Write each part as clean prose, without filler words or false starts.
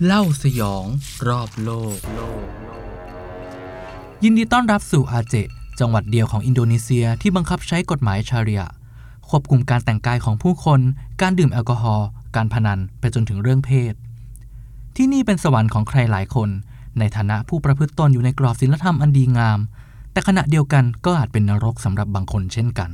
เล่าสยองรอบโลกยินดีต้อนรับสู่อาเจจังหวัดเดียวของอินโดนีเซียที่บังคับใช้กฎหมายชาริอะห์ควบคุมการแต่งกายของผู้คนการดื่มแอลกอฮอล์การพนันไปจนถึงเรื่องเพศที่นี่เป็นสวรรค์ของใครหลายคนในฐานะผู้ประพฤติตนอยู่ในกรอบศีลธรรมอันดีงามแต่ขณะเดียวกันก็อาจเป็นนรกสำหรับบางคนเช่นกัน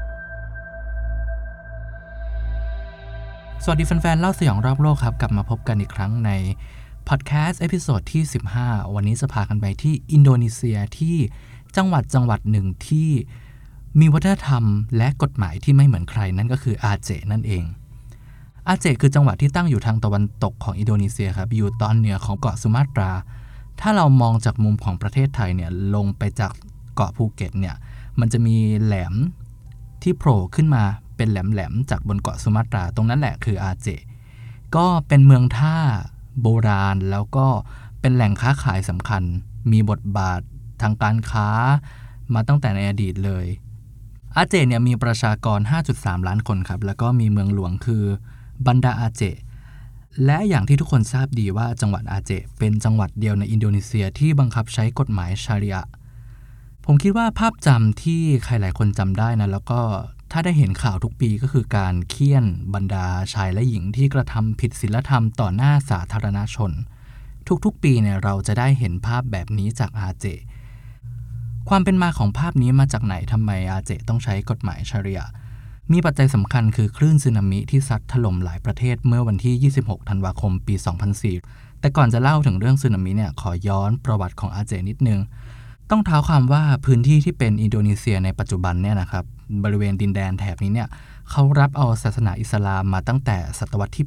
สวัสดีแฟนๆเล่าสยองรอบโลกครับกลับมาพบกันอีกครั้งในพอดแคสต์เอพิโซดที่15วันนี้จะพากันไปที่อินโดนีเซียที่จังหวัดหนึ่งที่มีวัฒนธรรมและกฎหมายที่ไม่เหมือนใครนั่นก็คืออาเจนั่นเองอาเจคือจังหวัดที่ตั้งอยู่ทางตะวันตกของอินโดนีเซียครับอยู่ตอนเหนือของเกาะสุมาตราถ้าเรามองจากมุมของประเทศไทยเนี่ยลงไปจากเกาะภูเก็ตเนี่ยมันจะมีแหลมที่โผล่ขึ้นมาเป็นแหลมๆจากบนเกาะสุมาตราตรงนั้นแหละคืออาเจก็เป็นเมืองท่าโบราณแล้วก็เป็นแหล่งค้าขายสำคัญมีบทบาททางการค้ามาตั้งแต่ในอดีตเลยอาเจเนี่ยมีประชากร 5.3 ล้านคนครับแล้วก็มีเมืองหลวงคือบันดาอาเจและอย่างที่ทุกคนทราบดีว่าจังหวัดอาเจเป็นจังหวัดเดียวในอินโดนีเซียที่บังคับใช้กฎหมายชาริอะห์ผมคิดว่าภาพจำที่ใครหลายคนจำได้นะแล้วก็ถ้าได้เห็นข่าวทุกปีก็คือการเฆี่ยนบรรดาชายและหญิงที่กระทำผิดศีลธรรมต่อหน้าสาธารณชนทุกๆปีเนี่ยเราจะได้เห็นภาพแบบนี้จากอาเจความเป็นมาของภาพนี้มาจากไหนทำไมอาเจต้องใช้กฎหมายชาริอะห์มีปัจจัยสำคัญคือคลื่นสึนามิที่ซัดถล่มหลายประเทศเมื่อวันที่26ธันวาคมปี2004แต่ก่อนจะเล่าถึงเรื่องสึนามิเนี่ยขอย้อนประวัติของอาเจนิดนึงต้องเท้าความว่าพื้นที่ที่เป็นอินโดนีเซียในปัจจุบันเนี่ยนะครับบริเวณดินแดนแถบนี้เนี่ยเขารับเอาศาสนาอิสลามมาตั้งแต่ศตวรรษที่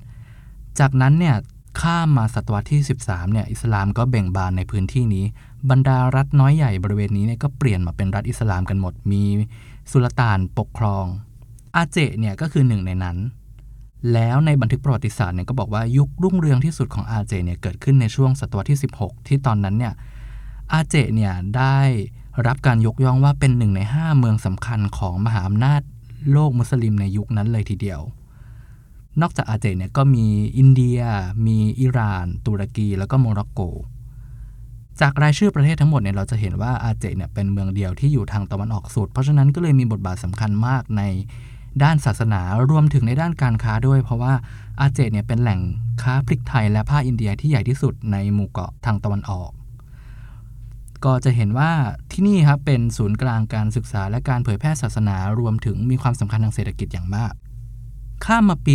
8จากนั้นเนี่ยข้ามมาศตวรรษที่13เนี่ยอิสลามก็เบ่งบานในพื้นที่นี้บรรดารัฐน้อยใหญ่บริเวณนี้เนี่ยก็เปลี่ยนมาเป็นรัฐอิสลามกันหมดมีสุลต่านปกครองอาเจเนี่ยก็คือหนึ่งในนั้นแล้วในบันทึกประวัติศาสตร์เนี่ยก็บอกว่ายุครุ่งเรืองที่สุดของอาเจเนี่ยเกิดขึ้นในช่วงศตวรรษที่16ที่ตอนนั้นเนี่ยอาเจเนี่ยได้รับการยกย่องว่าเป็น1ใน5เมืองสำคัญของมหาอำนาจโลกมุสลิมในยุคนั้นเลยทีเดียวนอกจากอาเจเนี่ยก็มีอินเดียมีอิหร่านตุรกีแล้วก็โมร็อกโกจากรายชื่อประเทศทั้งหมดเนี่ยเราจะเห็นว่าอาเจเนี่ยเป็นเมืองเดียวที่อยู่ทางตะวันออกสุดเพราะฉะนั้นก็เลยมีบทบาทสำคัญมากในด้านศาสนารวมถึงในด้านการค้าด้วยเพราะว่าอาเจเนี่ยเป็นแหล่งค้าพริกไทยและผ้าอินเดียที่ใหญ่ที่สุดในหมู่เกาะทางตะวันออกก็จะเห็นว่าที่นี่ครับเป็นศูนย์กลางการศึกษาและการเผยแพร่ศาสนารวมถึงมีความสำคัญทางเศรษฐกิจอย่างมากข้ามมาปี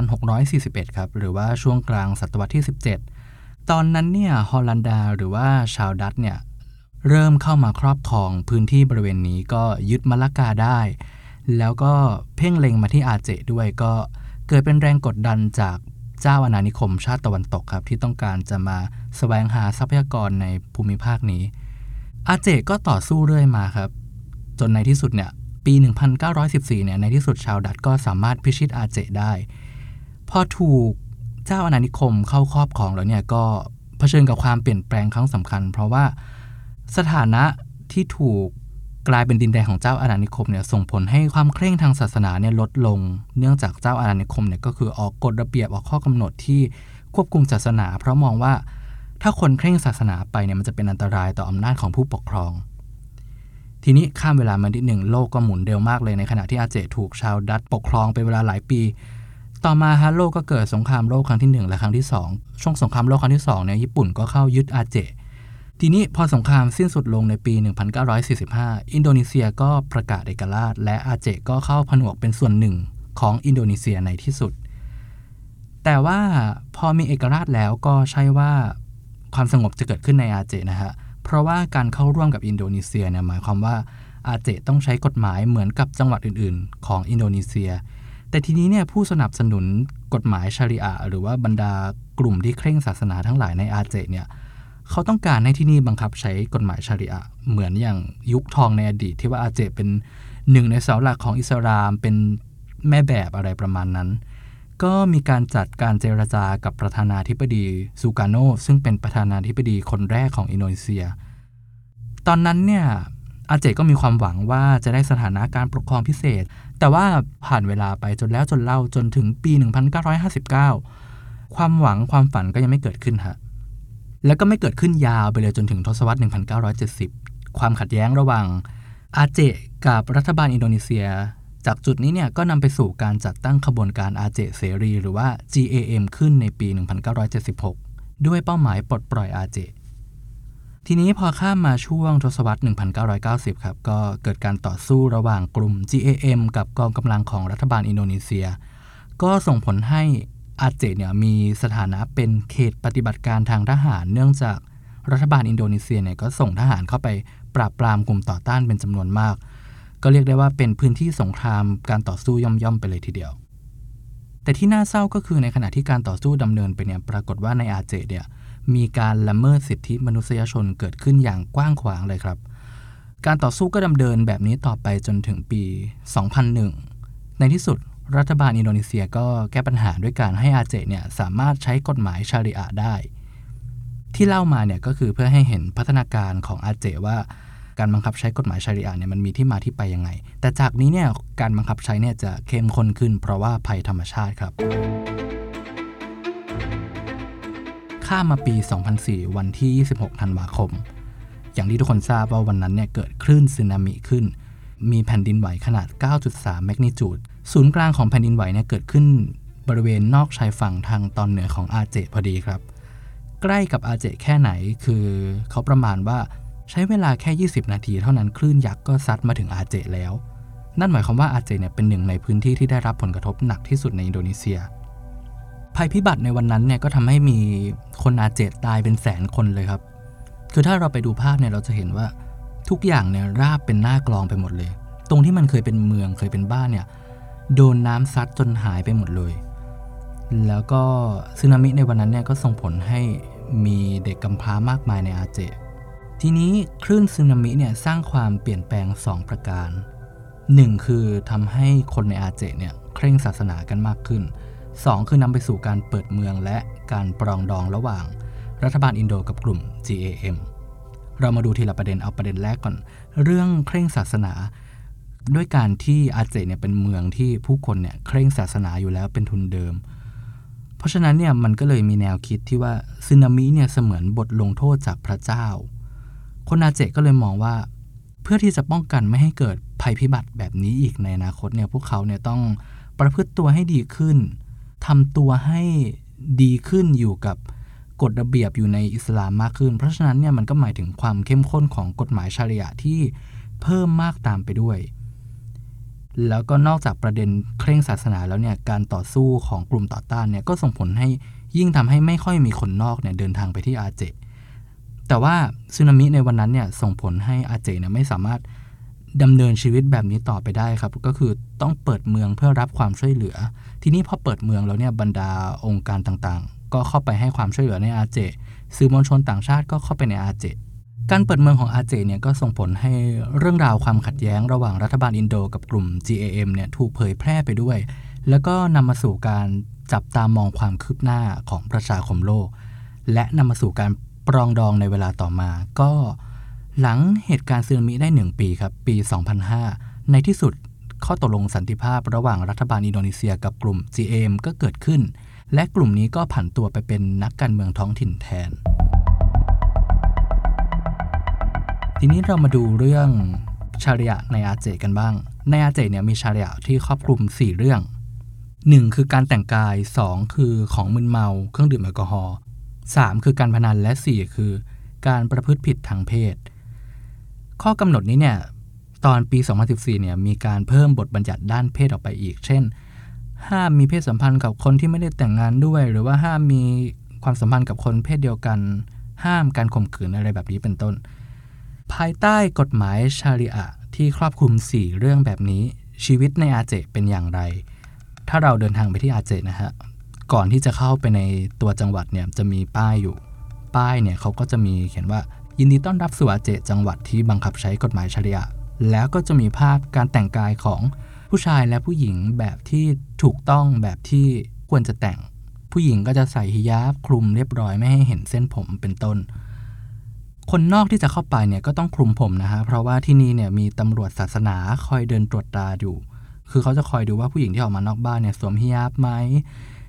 1641 ครับหรือว่าช่วงกลางศตวรรษที่17ตอนนั้นเนี่ยฮอลันดาหรือว่าชาวดัตช์เนี่ยเริ่มเข้ามาครอบครองพื้นที่บริเวณนี้ก็ยึดมะละกาได้แล้วก็เพ่งเล็งมาที่อาเจด้วยก็เกิดเป็นแรงกดดันจากเจ้าอาณานิคมชาติตะวันตกครับที่ต้องการจะมาแสวงหาทรัพยากรในภูมิภาคนี้อาเจก็ต่อสู้เรื่อยมาครับจนในที่สุดเนี่ยปี 1914 เนี่ยในที่สุดชาวดัตช์ก็สามารถพิชิตอาเจได้พอถูกเจ้าอาณานิคมเข้าครอบครองแล้วเนี่ยก็เผชิญกับความเปลี่ยนแปลงครั้งสำคัญเพราะว่าสถานะที่ถูกกลายเป็นดินแดนของเจ้าอาณานิคมเนี่ยส่งผลให้ความเคร่งทางศาสนาเนี่ยลดลงเนื่องจากเจ้าอาณานิคมเนี่ยก็คือออกกฎระเบียบออกข้อกำหนดที่ควบคุมศาสนาเพราะมองว่าถ้าคนเคร่งศาสนาไปเนี่ยมันจะเป็นอันตรายต่ออำนาจของผู้ปกครองทีนี้ข้ามเวลามานิดหนึ่งโลกก็หมุนเร็วมากเลยในขณะที่อาเจถูกชาวดัตช์ปกครองเป็นเวลาหลายปีต่อมาโลกก็เกิดสงครามโลกครั้งที่1และครั้งที่2ช่วงสงครามโลกครั้งที่2เนี่ยญี่ปุ่นก็เข้ายึดอาเจทีนี้พอสงครามสิ้นสุดลงในปี 1945 อินโดนีเซียก็ประกาศเอกราชและอาเจก็เข้าผนวกเป็นส่วนหนึ่งของอินโดนีเซียในที่สุดแต่ว่าพอมีเอกราชแล้วก็ใช่ว่าความสงบจะเกิดขึ้นในอาเจนะฮะเพราะว่าการเข้าร่วมกับอินโดนีเซียเนี่ยหมายความว่าอาเจต้องใช้กฎหมายเหมือนกับจังหวัดอื่นๆของอินโดนีเซียแต่ทีนี้เนี่ยผู้สนับสนุนกฎหมายชาริอะห์หรือว่าบรรดากลุ่มที่เคร่งศาสนาทั้งหลายในอาเจเนี่ยเขาต้องการให้ที่นี่บังคับใช้กฎหมายชาริอะห์เหมือนอย่างยุคทองในอดีตที่ว่าอาเจเป็นหนึ่งในเสาหลักของอิสลามเป็นแม่แบบอะไรประมาณนั้นก็มีการจัดการเจรจากับประธานาธิบดีซูการโนซึ่งเป็นประธานาธิบดีคนแรกของอินโดนีเซียตอนนั้นเนี่ยอาเจก็มีความหวังว่าจะได้สถานะการปกครองพิเศษแต่ว่าผ่านเวลาไปจนแล้วจนเล่าจนถึงปี 1959 ความหวังความฝันก็ยังไม่เกิดขึ้นฮะแล้วก็ไม่เกิดขึ้นยาวไปเลยจนถึงทศวรรษ 1970 ความขัดแย้งระหว่างอาเจกับรัฐบาลอินโดนีเซียจากจุดนี้เนี่ยก็นำไปสู่การจัดตั้งขบวนการอาเจเสรีหรือว่า GAM ขึ้นในปี 1976 ด้วยเป้าหมายปลดปล่อยอาเจทีนี้พอข้ามมาช่วงทศวรรษ 1990 ครับก็เกิดการต่อสู้ระหว่างกลุ่ม GAM กับกองกำลังของรัฐบาลอินโดนีเซียก็ส่งผลให้อาเจเนี่ยมีสถานะเป็นเขตปฏิบัติการทางทหารเนื่องจากรัฐบาลอินโดนีเซียเนี่ยก็ส่งทหารเข้าไปปราบปรามกลุ่มต่อต้านเป็นจำนวนมากก็เรียกได้ว่าเป็นพื้นที่สงครามการต่อสู้ย่อมๆไปเลยทีเดียวแต่ที่น่าเศร้าก็คือในขณะที่การต่อสู้ดำเนินไปเนี่ยปรากฏว่าในอาเจเนี่ยมีการละเมิดสิทธิมนุษยชนเกิดขึ้นอย่างกว้างขวางเลยครับการต่อสู้ก็ดำเนินแบบนี้ต่อไปจนถึงปี 2001 ในที่สุดรัฐบาลอินโดนีเซียก็แก้ปัญหาด้วยการให้อาเจเนี่ยสามารถใช้กฎหมายชาริอะห์ได้ที่เล่ามาเนี่ยก็คือเพื่อให้เห็นพัฒนาการของอาเจว่าการบังคับใช้กฎหมายชาริอะห์เนี่ยมันมีที่มาที่ไปยังไงแต่จากนี้เนี่ยการบังคับใช้เนี่ยจะเข้มข้นขึ้นเพราะว่าภัยธรรมชาติครับข้ามมาปี 2004 วันที่ 26 ธันวาคมอย่างที่ทุกคนทราบว่าวันนั้นเนี่ยเกิดคลื่นสึนามิขึ้นมีแผ่นดินไหวขนาด 9.3 แมกนิจูดศูนย์กลางของแผ่นดินไหวเนี่ยเกิดขึ้นบริเวณนอกชายฝั่งทางตอนเหนือของอาเจพอดีครับใกล้กับอาเจแค่ไหนคือเขาประมาณว่าใช้เวลาแค่ 20 นาทีเท่านั้นคลื่นยักษ์ก็ซัดมาถึงอาเจแล้วนั่นหมายความว่าอาเจเนี่ยเป็นหนึ่งในพื้นที่ที่ได้รับผลกระทบหนักที่สุดในอินโดนีเซียภัยพิบัติในวันนั้นเนี่ยก็ทำให้มีคนอาเจตายเป็นแสนคนเลยครับคือถ้าเราไปดูภาพเนี่ยเราจะเห็นว่าทุกอย่างเนี่ยราบเป็นหน้ากลองไปหมดเลยตรงที่มันเคยเป็นเมืองเคยเป็นบ้านเนี่ยโดนน้ำซัดจนหายไปหมดเลยแล้วก็สึนามิในวันนั้นเนี่ยก็ส่งผลให้มีเด็กกำพร้ามากมายในอาเจทีนี้คลื่นสึนามิเนี่ยสร้างความเปลี่ยนแปลง2ประการ1คือทำให้คนในอาเจเนี่ยเคร่งศาสนากันมากขึ้น2คือนำไปสู่การเปิดเมืองและการปรองดองระหว่างรัฐบาลอินโดกับกลุ่ม GAM เรามาดูทีละประเด็นเอาประเด็นแรกก่อนเรื่องเคร่งศาสนาด้วยการที่อาเจเนี่ยเป็นเมืองที่ผู้คนเนี่ยเคร่งศาสนาอยู่แล้วเป็นทุนเดิมเพราะฉะนั้นเนี่ยมันก็เลยมีแนวคิดที่ว่าสึนามิเนี่ยเสมือนบทลงโทษจากพระเจ้าคนอาเจก็เลยมองว่าเพื่อที่จะป้องกันไม่ให้เกิดภัยพิบัติแบบนี้อีกในอนาคตเนี่ยพวกเขาเนี่ยต้องประพฤติตัวให้ดีขึ้นทำตัวให้ดีขึ้นอยู่กับกฎระเบียบอยู่ในอิสลามมากขึ้นเพราะฉะนั้นเนี่ยมันก็หมายถึงความเข้มข้นของกฎหมายชาริอะห์ที่เพิ่มมากตามไปด้วยแล้วก็นอกจากประเด็นเคร่งศาสนาแล้วเนี่ยการต่อสู้ของกลุ่มต่อต้านเนี่ยก็ส่งผลให้ยิ่งทำให้ไม่ค่อยมีคนนอกเนี่ยเดินทางไปที่อาเจแต่ว่าสึนามิในวันนั้นเนี่ยส่งผลให้อาเจเนี่ยไม่สามารถดำเนินชีวิตแบบนี้ต่อไปได้ครับก็คือต้องเปิดเมืองเพื่อรับความช่วยเหลือทีนี้พอเปิดเมืองแล้วเนี่ยบรรดาองค์การต่างๆก็เข้าไปให้ความช่วยเหลือในอาเจสื่อมวลชนต่างชาติก็เข้าไปในอาเจการเปิดเมืองของอาเจเนี่ยก็ส่งผลให้เรื่องราวความขัดแย้งระหว่างรัฐบาลอินโดกับกลุ่ม GAM เนี่ยถูกเผยแพร่ไปด้วยแล้วก็นำมาสู่การจับตามองความคืบหน้าของประชาคมโลกและนำมาสู่การปรองดองในเวลาต่อมาก็หลังเหตุการณ์สึนามิได้1ปีครับปี 2005 ในที่สุดข้อตกลงสันติภาพระหว่างรัฐบาลอินโดนีเซียกับกลุ่ม GAM ก็เกิดขึ้นและกลุ่มนี้ก็ผันตัวไปเป็นนักการเมืองท้องถิ่นแทนทีนี้เรามาดูเรื่องชาริอะห์ในอาเจกันบ้างในอาเจเนี่ยมีชาริอะห์ที่ครอบคลุม4เรื่อง1คือการแต่งกาย2คือของมึนเมาเครื่องดื่มแอลกอฮอล์3คือการพนันและ4คือการประพฤติผิดทางเพศข้อกำหนดนี้เนี่ยตอนปี 2014 เนี่ยมีการเพิ่มบทบัญญัติด้านเพศออกไปอีกเช่นห้ามมีเพศสัมพันธ์กับคนที่ไม่ได้แต่งงานด้วยหรือว่าห้ามมีความสัมพันธ์กับคนเพศเดียวกันห้ามการข่มขืนอะไรแบบนี้เป็นต้นภายใต้กฎหมายชาริอะห์ที่ครอบคลุม4เรื่องแบบนี้ชีวิตในอาเจเป็นอย่างไรถ้าเราเดินทางไปที่อาเจนะฮะก่อนที่จะเข้าไปในตัวจังหวัดเนี่ยจะมีป้ายอยู่ป้ายเนี่ยเขาก็จะมีเขียนว่ายินดีต้อนรับสู่อาเจจังหวัดที่บังคับใช้กฎหมายชาริอะห์แล้วก็จะมีภาพการแต่งกายของผู้ชายและผู้หญิงแบบที่ถูกต้องแบบที่ควรจะแต่งผู้หญิงก็จะใส่ฮิญาบคลุมเรียบร้อยไม่ให้เห็นเส้นผมเป็นต้นคนนอกที่จะเข้าไปเนี่ยก็ต้องคลุมผมนะฮะเพราะว่าที่นี่เนี่ยมีตำรวจศาสนาคอยเดินตรวจตราอยู่คือเขาจะคอยดูว่าผู้หญิงที่ออกมานอกบ้านเนี่ยสวมฮิญาบไหม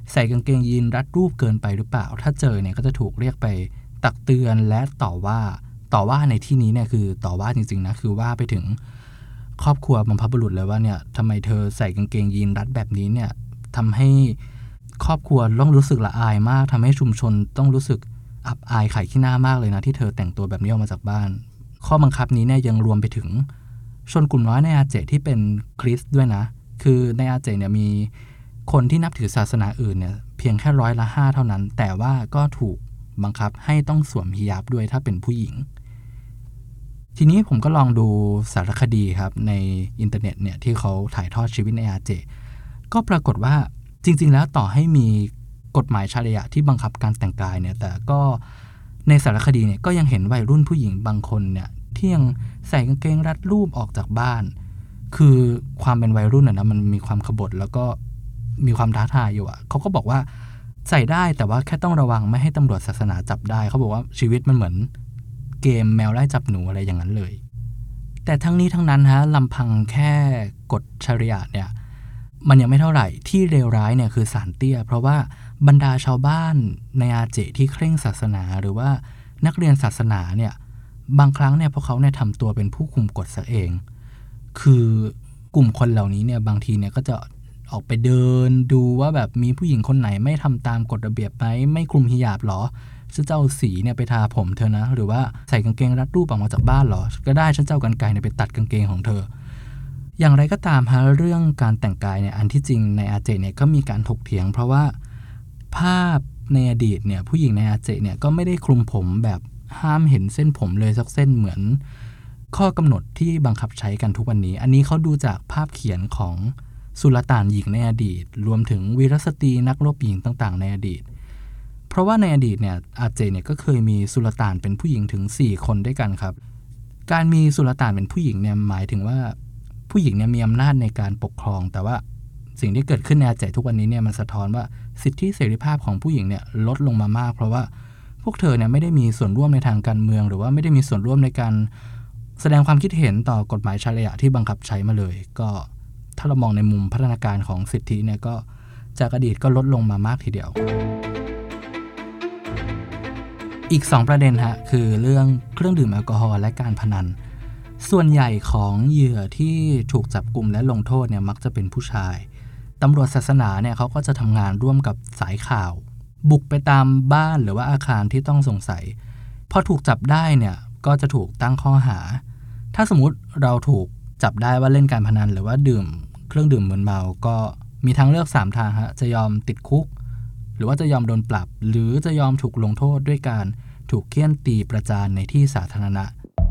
ใส่กางเกงยีนรัดรูปเกินไปหรือเปล่าถ้าเจอเนี่ยก็จะถูกเรียกไปตักเตือนและต่อว่าในที่นี้เนี่ยคือต่อว่าจริงๆนะคือว่าไปถึงครอบครัวบรรพบุรุษเลยว่าเนี่ยทำไมเธอใส่กางเกงยีนรัดแบบนี้เนี่ยทำให้ครอบครัวต้องรู้สึกละอายมากทำให้ชุมชนต้องรู้สึกอับอายขายขี้หน้ามากเลยนะที่เธอแต่งตัวแบบนี้ออกมาจากบ้านข้อบังคับนี้เนี่ยยังรวมไปถึงชนกลุ่มน้อยในอาเจที่เป็นคริสต์ด้วยนะคือในอาเจเนี่ยมีคนที่นับถือศาสนาอื่นเนี่ยเพียงแค่5%เท่านั้นแต่ว่าก็ถูกบังคับให้ต้องสวมฮิญาบด้วยถ้าเป็นผู้หญิงทีนี้ผมก็ลองดูสารคดีครับในอินเทอร์เน็ตเนี่ยที่เขาถ่ายทอดชีวิตในอาเจก็ปรากฏว่าจริงๆแล้วต่อให้มีกฎหมายชาริอะห์ที่บังคับการแต่งกายเนี่ยแต่ก็ในสารคดีเนี่ยก็ยังเห็นวัยรุ่นผู้หญิงบางคนเนี่ยที่ยังใส่กางเกงรัดรูปออกจากบ้านคือความเป็นวัยรุ่นนะมันมีความขบถแล้วก็มีความท้าทายอยู่อะเขาก็บอกว่าใส่ได้แต่ว่าแค่ต้องระวังไม่ให้ตำรวจศาสนาจับได้เขาบอกว่าชีวิตมันเหมือนเกมแมวไล่จับหนูอะไรอย่างนั้นเลยแต่ทั้งนี้ทั้งนั้นฮะลำพังแค่กฎชาริอะห์เนี่ยมันยังไม่เท่าไหร่ที่เลวร้ายเนี่ยคือศาลเตี้ยเพราะว่าบรรดาชาวบ้านในอาเจที่เคร่งศาสนาหรือว่านักเรียนศาสนาเนี่ยบางครั้งเนี่ยพวกเขาเนี่ยทำตัวเป็นผู้คุมกฎซะเองคือกลุ่มคนเหล่านี้เนี่ยบางทีเนี่ยก็จะออกไปเดินดูว่าแบบมีผู้หญิงคนไหนไม่ทำตามกฎระเบียบไหมไม่คลุมฮิญาบหรอฉันจะเอาสีเนี่ยไปทาผมเธอนะหรือว่าใส่กางเกงรัดรูปออกมาจากบ้านหรอก็ได้ฉันจะเอากรรไกรเนี่ยไปตัดกางเกงของเธออย่างไรก็ตามฮะเรื่องการแต่งกายเนี่ยอันที่จริงในอาเจเนี่ยก็มีการถกเถียงเพราะว่าภาพในอดีตเนี่ยผู้หญิงในอาเจเนี่ยก็ไม่ได้คลุมผมแบบห้ามเห็นเส้นผมเลยสักเส้นเหมือนข้อกำหนดที่บังคับใช้กันทุกวันนี้อันนี้เขาดูจากภาพเขียนของสุลต่านหญิงในอดีตรวมถึงวีรสตรีนักรบหญิงต่างๆในอดีตเพราะว่าในอดีตเนี่ยอาเจเนี่ยก็เคยมีสุลต่านเป็นผู้หญิงถึง4คนด้วยกันครับการมีสุลต่านเป็นผู้หญิงเนี่ยหมายถึงว่าผู้หญิงเนี่ยมีอำนาจในการปกครองแต่ว่าสิ่งที่เกิดขึ้นในอาเจทุกวันนี้เนี่ยมันสะท้อนว่าสิทธิเสรีภาพของผู้หญิงเนี่ยลดลงมามากเพราะว่าพวกเธอเนี่ยไม่ได้มีส่วนร่วมในทางการเมืองหรือว่าไม่ได้มีส่วนร่วมในการแสดงความคิดเห็นต่อกฎหมายชาริอะห์ที่บังคับใช้มาเลยก็ถ้าเรามองในมุมพัฒนาการของสิทธิเนี่ยก็จากอดีตก็ลดลงมามากทีเดียวอีก2ประเด็นฮะคือเรื่องเครื่องดื่มแอลกอฮอล์และการพนันส่วนใหญ่ของเหยื่อที่ถูกจับกุมและลงโทษเนี่ยมักจะเป็นผู้ชายตำรวจศาสนาเนี่ยเขาก็จะทำงานร่วมกับสายข่าวบุกไปตามบ้านหรือว่าอาคารที่ต้องสงสัยพอถูกจับได้เนี่ยก็จะถูกตั้งข้อหาถ้าสมมุติเราถูกจับได้ว่าเล่นการพนันหรือว่าดื่มเครื่องดื่มมึนเมาก็มีทางเลือก3ทางฮะจะยอมติดคุกหรือว่าจะยอมโดนปรับหรือจะยอมถูกลงโทษด้วยการถูกเฆี่ยนตีประจานในที่สาธารณะ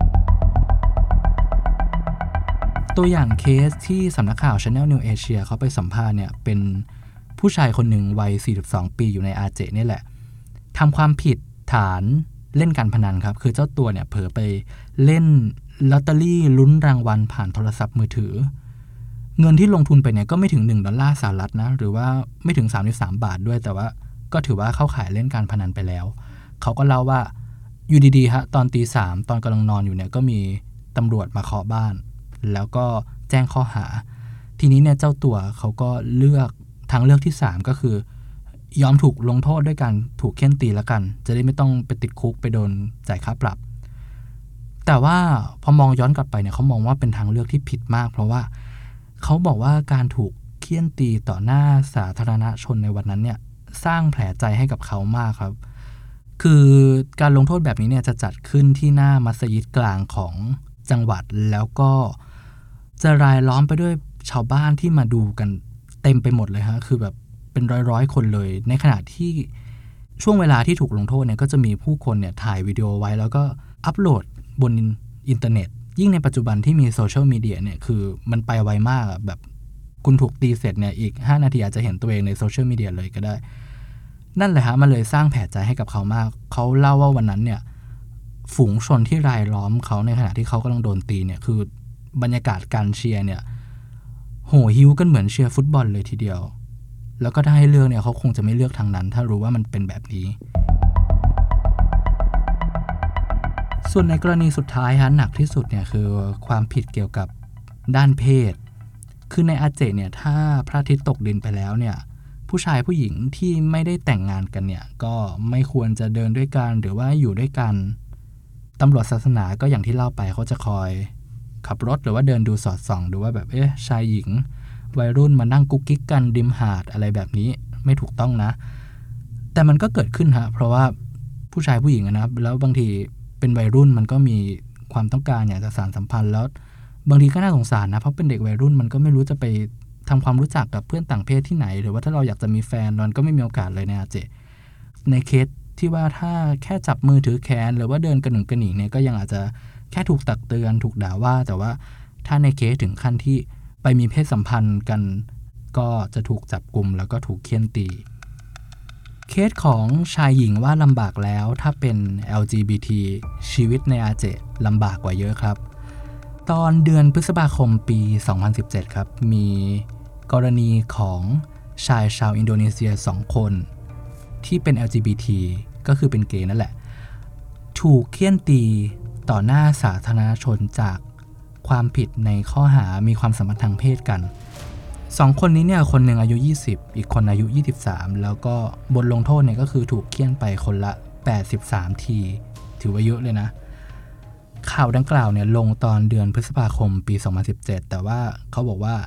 ตัวอย่างเคสที่สำนักข่าว Channel New Asia เขาไปสัมภาษณ์เนี่ยเป็นผู้ชายคนหนึ่งวัย42 ปีอยู่ในอาเจนี่แหละทำความผิดฐานเล่นการพนันครับคือเจ้าตัวเนี่ยเผลอไปเล่นลอตเตอรี่ลุ้นรางวัลผ่านโทรศัพท์มือถือเงินที่ลงทุนไปเนี่ยก็ไม่ถึง$1นะหรือว่าไม่ถึง33 บาทด้วยแต่ว่าก็ถือว่าเข้าข่ายเล่นการพนันไปแล้วเขาก็เล่าว่าอยู่ดีๆฮะตอนตี 3ตอนกำลังนอนอยู่เนี่ยก็มีตำรวจมาเคาะบ้านแล้วก็แจ้งข้อหาทีนี้เนี่ยเจ้าตัวเขาก็เลือกทางเลือกที่3ก็คือยอมถูกลงโทษด้วยการถูกเฆี่ยนตีแล้วกันจะได้ไม่ต้องไปติดคุกไปโดนจ่ายค่าปรับแต่ว่าพอมองย้อนกลับไปเนี่ยเขามองว่าเป็นทางเลือกที่ผิดมากเพราะว่าเขาบอกว่าการถูกเฆี่ยนตีต่อหน้าสาธารณชนในวันนั้นเนี่ยสร้างแผลใจให้กับเขามากครับคือการลงโทษแบบนี้เนี่ยจะจัดขึ้นที่หน้ามัสยิดกลางของจังหวัดแล้วก็จะรายล้อมไปด้วยชาวบ้านที่มาดูกันเต็มไปหมดเลยฮะคือแบบเป็นร้อยคนเลยในขณะที่ช่วงเวลาที่ถูกลงโทษเนี่ยก็จะมีผู้คนเนี่ยถ่ายวิดีโอไว้แล้วก็อัปโหลดบนอินเทอร์เน็ตยิ่งในปัจจุบันที่มีโซเชียลมีเดียเนี่ยคือมันไปไวมากแบบคุณถูกตีเสร็จเนี่ยอีก5 นาทีอาจจะเห็นตัวเองในโซเชียลมีเดียเลยก็ได้นั่นแหละฮะมันเลยสร้างแผลใจให้กับเขามากเขาเล่าว่าวันนั้นเนี่ยฝูงชนที่รายล้อมเขาในขณะที่เขากำลังโดนตีเนี่ยคือบรรยากาศการเชียร์เนี่ยโหหิวกันเหมือนเชียร์ฟุตบอลเลยทีเดียวแล้วก็ถ้าให้เลือกเนี่ยเขาคงจะไม่เลือกทางนั้นถ้ารู้ว่ามันเป็นแบบนี้ส่วนในกรณีสุดท้ายฮะหนักที่สุดเนี่ยคือความผิดเกี่ยวกับด้านเพศคือในอาเจเนี่ยถ้าพระอาทิตย์ตกดินไปแล้วเนี่ยผู้ชายผู้หญิงที่ไม่ได้แต่งงานกันเนี่ยก็ไม่ควรจะเดินด้วยกันหรือว่าอยู่ด้วยกันตำรวจศาสนาก็อย่างที่เล่าไปเขาจะคอยขับรถหรือว่าเดินดูสอดส่องดูว่าแบบชายหญิงวัยรุ่นมานั่งกุ๊กกิ๊กกันริมหาดอะไรแบบนี้ไม่ถูกต้องนะแต่มันก็เกิดขึ้นฮะเพราะว่าผู้ชายผู้หญิงนะแล้วบางทีเป็นวัยรุ่นมันก็มีความต้องการอยากจะสานสัมพันธ์แล้วบางทีก็น่าสงสารนะเพราะเป็นเด็กวัยรุ่นมันก็ไม่รู้จะไปทำความรู้จักกับเพื่อนต่างเพศที่ไหนหรือว่าถ้าเราอยากจะมีแฟนมันก็ไม่มีโอกาสเลยในอาเจในเคสที่ว่าถ้าแค่จับมือถือแขนหรือว่าเดินกระหนุงกระหนิงเนี่ยก็ยังอาจจะแค่ถูกตักเตือนถูกด่าว่าแต่ว่าถ้าในเคสถึงขั้นที่ไปมีเพศสัมพันธ์กันก็จะถูกจับกุมแล้วก็ถูกเฆี่ยนตีเคสของชายหญิงว่าลำบากแล้วถ้าเป็น LGBT ชีวิตในอาเจลำบากกว่าเยอะครับตอนเดือนพฤษภาคมปี 2017 ครับมีกรณีของชายชาวอินโดนีเซีย2คนที่เป็น LGBT ก็คือเป็นเกย์นั่นแหละถูกเฆี่ยนตีต่อหน้าสาธารณชนจากความผิดในข้อหามีความสัมพันธ์ทางเพศกัน2คนนี้เนี่ยคนหนึ่งอายุ20อีกคนอายุ23แล้วก็บทลงโทษเนี่ยก็คือถูกเฆี่ยนไปคนละ83ทีถือว่าเยอะเลยนะข่าวดังกล่าวเนี่ยลงตอนเดือนพฤษภาคมปี 2017 แต่ว่าเขาบอกว่า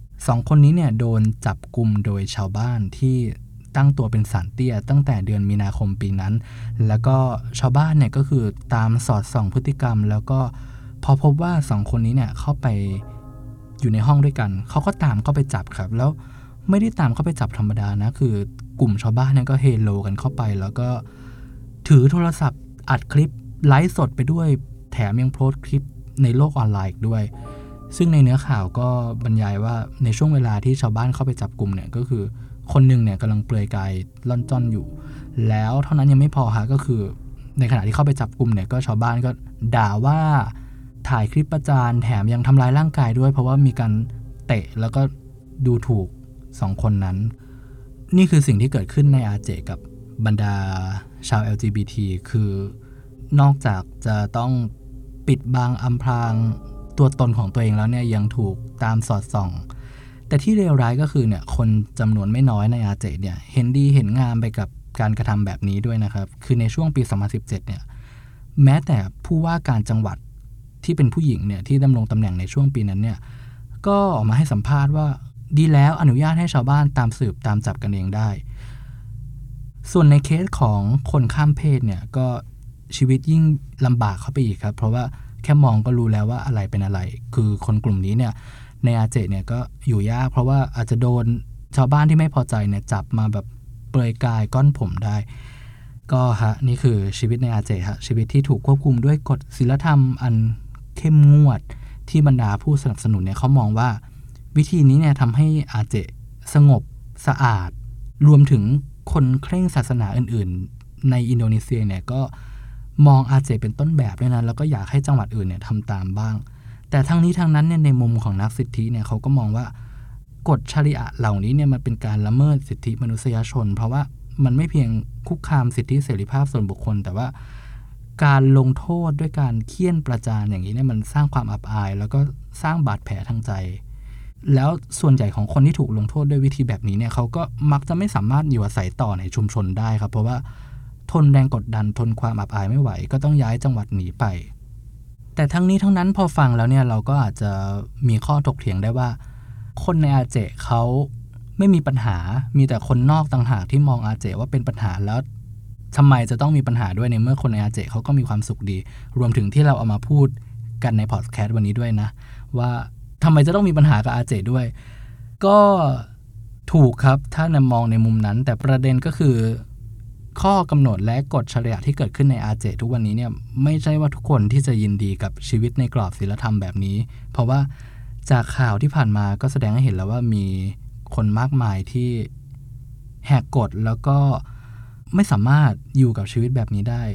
2คนนี้เนี่ยโดนจับกุมโดยชาวบ้านที่ตั้งตัวเป็นศาลเตี้ยตั้งแต่เดือนมีนาคมปีนั้นแล้วก็ชาวบ้านเนี่ยก็คือตามสอดส่องพฤติกรรมแล้วก็พอพบว่า2คนนี้เนี่ยเข้าไปอยู่ในห้องด้วยกันเขาก็ตามเข้าไปจับครับแล้วไม่ได้ตามเข้าไปจับธรรมดานะคือกลุ่มชาวบ้านเนี่ยก็เฮโลกันเข้าไปแล้วก็ถือโทรศัพท์อัดคลิปไลฟ์สดไปด้วยแถมยังโพสต์คลิปในโลกออนไลน์ด้วยซึ่งในเนื้อข่าวก็บรรยายว่าในช่วงเวลาที่ชาวบ้านเข้าไปจับกลุ่มเนี่ยก็คือคนหนึ่งเนี่ยกำลังเปลือยกายล่อนจ้อนอยู่แล้วเท่านั้นยังไม่พอฮะก็คือในขณะที่เข้าไปจับกลุ่มเนี่ยก็ชาวบ้านก็ด่าว่าถ่ายคลิปประจานแถมยังทำร้ายร่างกายด้วยเพราะว่ามีการเตะแล้วก็ดูถูก2คนนั้นนี่คือสิ่งที่เกิดขึ้นในอาเจกับบรรดาชาว LGBT คือนอกจากจะต้องปิดบังอำพรางตัวตนของตัวเองแล้วเนี่ยยังถูกตามสอดส่องแต่ที่เลวร้ายก็คือเนี่ยคนจำนวนไม่น้อยในอาเจเนี่ยเห็นดีเห็นงามไปกับการกระทำแบบนี้ด้วยนะครับคือในช่วงปี 2017 เนี่ยแม้แต่ผู้ว่าการจังหวัดที่เป็นผู้หญิงเนี่ยที่ดำรงตำแหน่งในช่วงปีนั้นเนี่ยก็ออกมาให้สัมภาษณ์ว่าดีแล้วอนุญาตให้ชาวบ้านตามสืบตามจับกันเองได้ส่วนในเคสของคนข้ามเพศเนี่ยก็ชีวิตยิ่งลำบากเข้าไปอีกครับเพราะว่าแค่มองก็รู้แล้วว่าอะไรเป็นอะไรคือคนกลุ่มนี้เนี่ยในอาเจเนี่ยก็อยู่ยากเพราะว่าอาจจะโดนชาวบ้านที่ไม่พอใจเนี่ยจับมาแบบเปลือยกายก้อนผมได้ก็ฮะนี่คือชีวิตในอาเจฮะชีวิตที่ถูกควบคุมด้วยกฎศีลธรรมอันเข้มงวดที่บรรดาผู้สนับสนุนเนี่ยเขามองว่าวิธีนี้เนี่ยทำให้อาเจสงบสะอาดรวมถึงคนเคร่งศาสนาอื่นๆในอินโดนีเซียเนี่ยก็มองอาเจเป็นต้นแบบด้วยนะแล้วก็อยากให้จังหวัดอื่นเนี่ยทำตามบ้างแต่ทั้งนี้ทั้งนั้นเนี่ยในมุมของนักสิทธิเนี่ยเขาก็มองว่ากฎชะรีอะห์เหล่านี้เนี่ยมันเป็นการละเมิดสิทธิมนุษยชนเพราะว่ามันไม่เพียงคุกคามสิทธิเสรีภาพส่วนบุคคลแต่ว่าการลงโทษด้วยการเฆี่ยนประจานอย่างนี้เนี่ยมันสร้างความอับอายแล้วก็สร้างบาดแผลทางใจแล้วส่วนใหญ่ของคนที่ถูกลงโทษด้วยวิธีแบบนี้เนี่ยเขาก็มักจะไม่สามารถอยู่อาศัยต่อในชุมชนได้ครับเพราะว่าทนแรงกดดันทนความอับอายไม่ไหวก็ต้องย้ายจังหวัดหนีไปแต่ทั้งนี้ทั้งนั้นพอฟังแล้วเนี่ยเราก็อาจจะมีข้อถกเถียงได้ว่าคนในอาเจเขาไม่มีปัญหามีแต่คนนอกต่างหากที่มองอาเจว่าเป็นปัญหาแล้วทำไมจะต้องมีปัญหาด้วยในเมื่อคนในอาเจเขาก็มีความสุขดีรวมถึงที่เราเอามาพูดกันในพอดแคสต์วันนี้ด้วยนะว่าทำไมจะต้องมีปัญหากับอาเจด้วยก็ถูกครับถ้ามองในมุมนั้นแต่ประเด็นก็คือข้อกำหนดและกฎชะรีอะห์ที่เกิดขึ้นในอาเจทุกวันนี้เนี่ยไม่ใช่ว่าทุกคนที่จะยินดีกับชีวิตในกรอบศีลธรรมแบบนี้เพราะว่าจากข่าวที่ผ่านมาก็แสดงให้เห็นแล้วว่ามีคนมากมายที่แหกกฎแล้วก็ไม่สามารถอยู่กับชีวิตแบบนี้ได้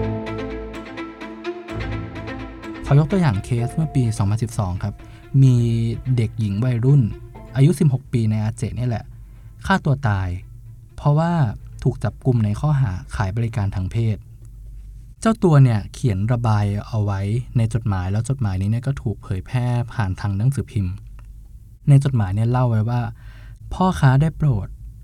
ขอยกตัวอย่างเคสเมื่อปี 2012 ครับมีเด็กหญิงวัยรุ่นอายุ 16 ปีในอาเจนี่แหละฆ่าตัวตายเพราะว่าถูกจับกุมในข้อหาขายบริการทางเพศเจ้าตัวเนี่ยเขียนระบายเอาไว้ในจดหมายแล้วจดหมายนี้เนี่ยก็ถูกเผยแพร่ผ่านทางหนังสือพิมพ์ในจดหมายเนี่ยเล่าไว้ว่าพ่อค้าได้โปรด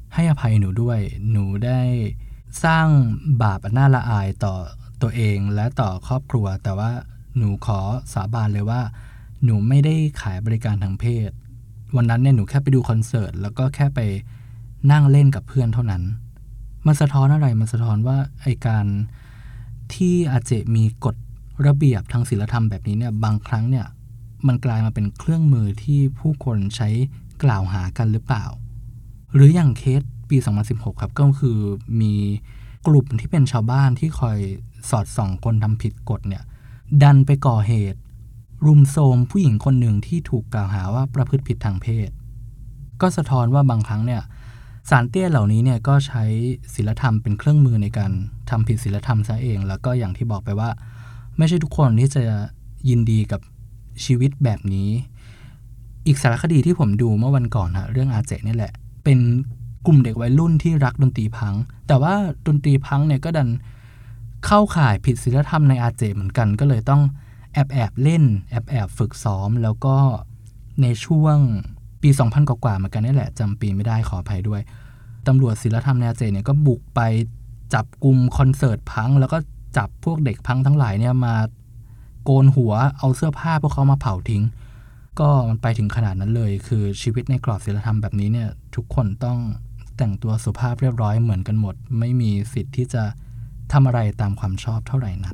ให้อภัยหนูด้วยหนูได้สร้างบาปอันน่าละอายต่อตัวเองและต่อครอบครัวแต่ว่าหนูขอสาบานเลยว่าหนูไม่ได้ขายบริการทางเพศวันนั้นเนี่ยหนูแค่ไปดูคอนเสิร์ตแล้วก็แค่ไปนั่งเล่นกับเพื่อนเท่านั้นมันสะท้อนอะไรมันสะท้อนว่าไอการที่อาเจมีกฎระเบียบทางศีลธรรมแบบนี้เนี่ยบางครั้งเนี่ยมันกลายมาเป็นเครื่องมือที่ผู้คนใช้กล่าวหากันหรือเปล่าหรืออย่างเคสปี 2016 ครับก็คือมีกลุ่มที่เป็นชาวบ้านที่คอยสอดส่องคนทำผิดกฎเนี่ยดันไปก่อเหตุรุมโทรมผู้หญิงคนหนึ่งที่ถูกกล่าวหาว่าประพฤติผิดทางเพศก็สะท้อนว่าบางครั้งเนี่ยศาลเตี้ยเหล่านี้เนี่ยก็ใช้ศีลธรรมเป็นเครื่องมือในการทำผิดศีลธรรมซะเองแล้วก็อย่างที่บอกไปว่าไม่ใช่ทุกคนที่จะยินดีกับชีวิตแบบนี้อีกสารคดีที่ผมดูเมื่อวันก่อนฮะเรื่องอาเจนี่แหละเป็นกลุ่มเด็กวัยรุ่นที่รักดนตรีพังแต่ว่าดนตรีพังเนี่ยก็ดันเข้าข่ายผิดศีลธรรมในอาเจเหมือนกันก็เลยต้องแอบเล่นแอบฝึกซ้อมแล้วก็ในช่วงปี 2000 กว่าๆเหมือนกันนี่แหละจำปีไม่ได้ขออภัยด้วยตำรวจศีลธรรมในอาเจเนี่ยก็บุกไปจับกุมคอนเสิร์ตพังแล้วก็จับพวกเด็กพังทั้งหลายเนี่ยมาโกนหัวเอาเสื้อผ้าพวกเขามาเผาทิ้งก็มันไปถึงขนาดนั้นเลยคือชีวิตในกรอบศีลธรรมแบบนี้เนี่ยทุกคนต้องแต่งตัวสุภาพเรียบร้อยเหมือนกันหมดไม่มีสิทธิ์ที่จะทำอะไรตามความชอบเท่าไหร่นัก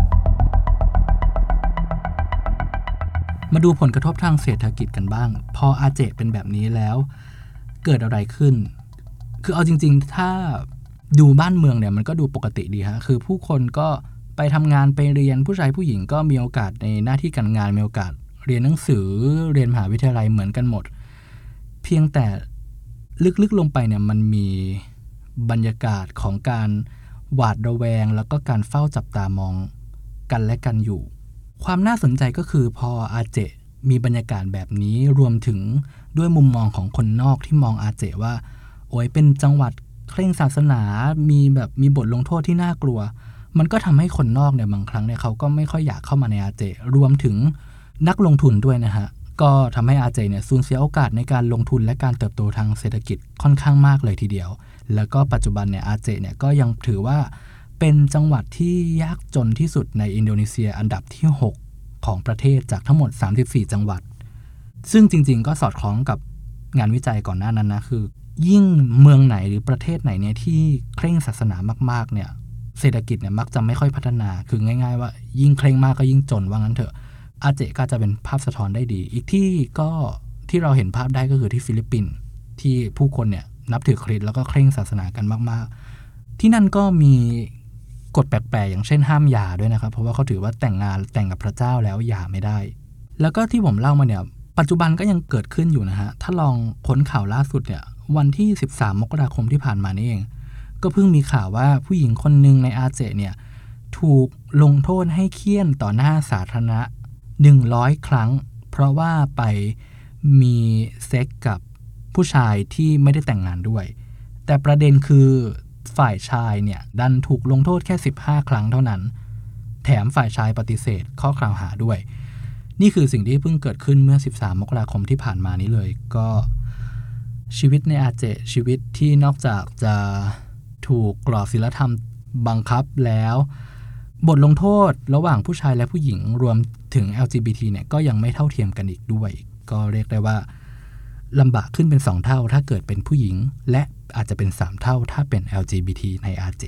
มาดูผลกระทบทางเศรษฐกิจกันบ้างพออาเจเป็นแบบนี้แล้วเกิดอะไรขึ้นคือเอาจริงๆถ้าดูบ้านเมืองเนี่ยมันก็ดูปกติดีฮะคือผู้คนก็ไปทำงานไปเรียนผู้ชายผู้หญิงก็มีโอกาสในหน้าที่การงานมีโอกาสเรียนหนังสือเรียนมหาวิทยาลัยเหมือนกันหมดเพียงแต่ลึกๆลงไปเนี่ยมันมีบรรยากาศของการหวาดระแวงแล้วก็การเฝ้าจับตามองกันและกันอยู่ความน่าสนใจก็คือพออาเจมีบรรยากาศแบบนี้รวมถึงด้วยมุมมองของคนนอกที่มองอาเจว่าโอ้ยเป็นจังหวัดเคร่งศาสนามีบทลงโทษที่น่ากลัวมันก็ทำให้คนนอกเนี่ยบางครั้งเนี่ยเขาก็ไม่ค่อยอยากเข้ามาในอาเจรวมถึงนักลงทุนด้วยนะฮะก็ทำให้อาเจเนี่ยสูญเสียโอกาสในการลงทุนและการเติบโตทางเศรษฐกิจค่อนข้างมากเลยทีเดียวแล้วก็ปัจจุบันเนี่ยอาเจเนี่ยก็ยังถือว่าเป็นจังหวัดที่ยากจนที่สุดในอินโดนีเซียอันดับที่6ของประเทศจากทั้งหมด34จังหวัดซึ่งจริงๆก็สอดคล้องกับงานวิจัยก่อนหน้านั้นนะคือยิ่งเมืองไหนหรือประเทศไหนเนี่ยที่เคร่งศาสนามากๆเนี่ยเศรษฐกิจเนี่ยมักจะไม่ค่อยพัฒนาคือง่ายๆว่ายิ่งเคร่งมากก็ยิ่งจนว่างั้นเถอะอาเจก็จะเป็นภาพสะท้อนได้ดีอีกที่ก็ที่เราเห็นภาพได้ก็คือที่ฟิลิปปินส์ที่ผู้คนเนี่ยนับถือคริสต์แล้วก็เคร่งศาสนากันมากๆที่นั่นก็มีกฎแปลกๆอย่างเช่นห้ามหย่าด้วยนะครับเพราะว่าเขาถือว่าแต่งกับพระเจ้าแล้วหย่าไม่ได้แล้วก็ที่ผมเล่ามาเนี่ยปัจจุบันก็ยังเกิดขึ้นอยู่นะฮะถ้าลองค้นข่าวล่าสุดเนี่ยวันที่13มกราคมที่ผ่านมานี่เองก็เพิ่งมีข่าวว่าผู้หญิงคนหนึ่งในอาเจเนี่ยถูกลงโทษให้เฆี่ยนต่อหน้าสาธารณะ100 ครั้งเพราะว่าไปมีเซ็กกับผู้ชายที่ไม่ได้แต่งงานด้วยแต่ประเด็นคือฝ่ายชายเนี่ยดันถูกลงโทษแค่15 ครั้งเท่านั้นแถมฝ่ายชายปฏิเสธข้อกล่าวหาด้วยนี่คือสิ่งที่เพิ่งเกิดขึ้นเมื่อ13มกราคมที่ผ่านมานี้เลยก็ชีวิตในอาเจชีวิตที่นอกจากจะถูกกรอบศีลธรรมบังคับแล้วบทลงโทษระหว่างผู้ชายและผู้หญิงรวมถึง LGBT เนี่ยก็ยังไม่เท่าเทียมกันอีกด้วยก็เรียกได้ว่าลำบากขึ้นเป็น2 เท่าถ้าเกิดเป็นผู้หญิงและอาจจะเป็น3 เท่าถ้าเป็น LGBT ในอาเจ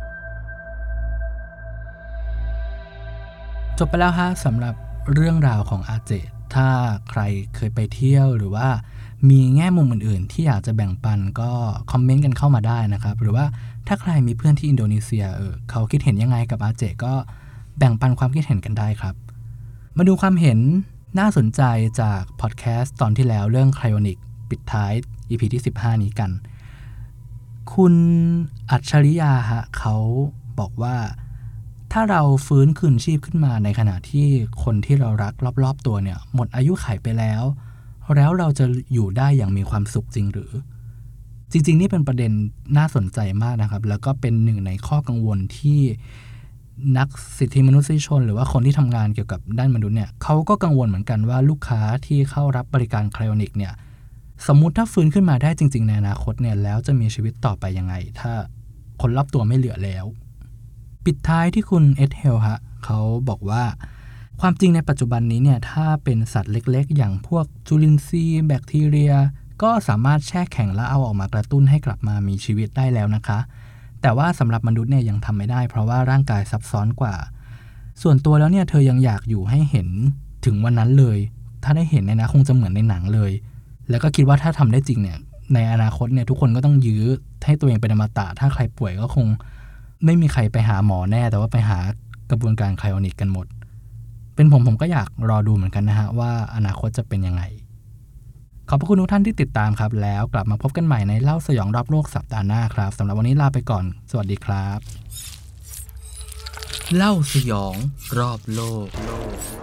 จบไปแล้วฮะสำหรับเรื่องราวของอาเจถ้าใครเคยไปเที่ยวหรือว่ามีแง่มุมอื่นๆที่อยากจะแบ่งปันก็คอมเมนต์กันเข้ามาได้นะครับหรือว่าถ้าใครมีเพื่อนที่อินโดนีเซียเขาคิดเห็นยังไงกับอาเจก็แบ่งปันความคิดเห็นกันได้ครับมาดูความเห็นน่าสนใจจากพอดแคสต์ตอนที่แล้วเรื่องไคลอนิกปิดท้าย EP ที่15นี้กันคุณอัจฉริยาฮะเขาบอกว่าถ้าเราฟื้นคืนชีพขึ้นมาในขณะที่คนที่เรารักรอบๆตัวเนี่ยหมดอายุขัยไปแล้วเราจะอยู่ได้อย่างมีความสุขจริงหรือจริงๆนี่เป็นประเด็นน่าสนใจมากนะครับแล้วก็เป็นหนึ่งในข้อกังวลที่นักสิทธิมนุษยชนหรือว่าคนที่ทำงานเกี่ยวกับด้านมนุษย์เนี่ยเขาก็กังวลเหมือนกันว่าลูกค้าที่เข้ารับบริการไคลอนิกเนี่ยสมมุติถ้าฟื้นขึ้นมาได้จริงๆในอนาคตเนี่ยแล้วจะมีชีวิตต่อไปยังไงถ้าคนรอบตัวไม่เหลือแล้วปิดท้ายที่คุณเอ็ดเฮลฮะเขาบอกว่าความจริงในปัจจุบันนี้เนี่ยถ้าเป็นสัตว์เล็กๆอย่างพวกจุลินทรีย์แบคทีเรียก็สามารถแช่แข็งแล้วเอาออกมากระตุ้นให้กลับมามีชีวิตได้แล้วนะคะแต่ว่าสำหรับมนุษย์เนี่ยยังทำไม่ได้เพราะว่าร่างกายซับซ้อนกว่าส่วนตัวแล้วเนี่ยเธอยังอยากอยู่ให้เห็นถึงวันนั้นเลยถ้าได้เห็นเนี่ยนะคงจะเหมือนในหนังเลยแล้วก็คิดว่าถ้าทำได้จริงเนี่ยในอนาคตเนี่ยทุกคนก็ต้องยื้อให้ตัวเองเป็นอมตะถ้าใครป่วยก็คงไม่มีใครไปหาหมอแน่แต่ว่าไปหากระบวนการไคลอนิกกันหมดเป็นผมก็อยากรอดูเหมือนกันนะฮะว่าอนาคตจะเป็นยังไงขอบพระคุณทุกท่านที่ติดตามครับแล้วกลับมาพบกันใหม่ในเล่าสยองรอบโลกสัปดาห์หน้าครับสำหรับวันนี้ลาไปก่อนสวัสดีครับเล่าสยองรอบโลก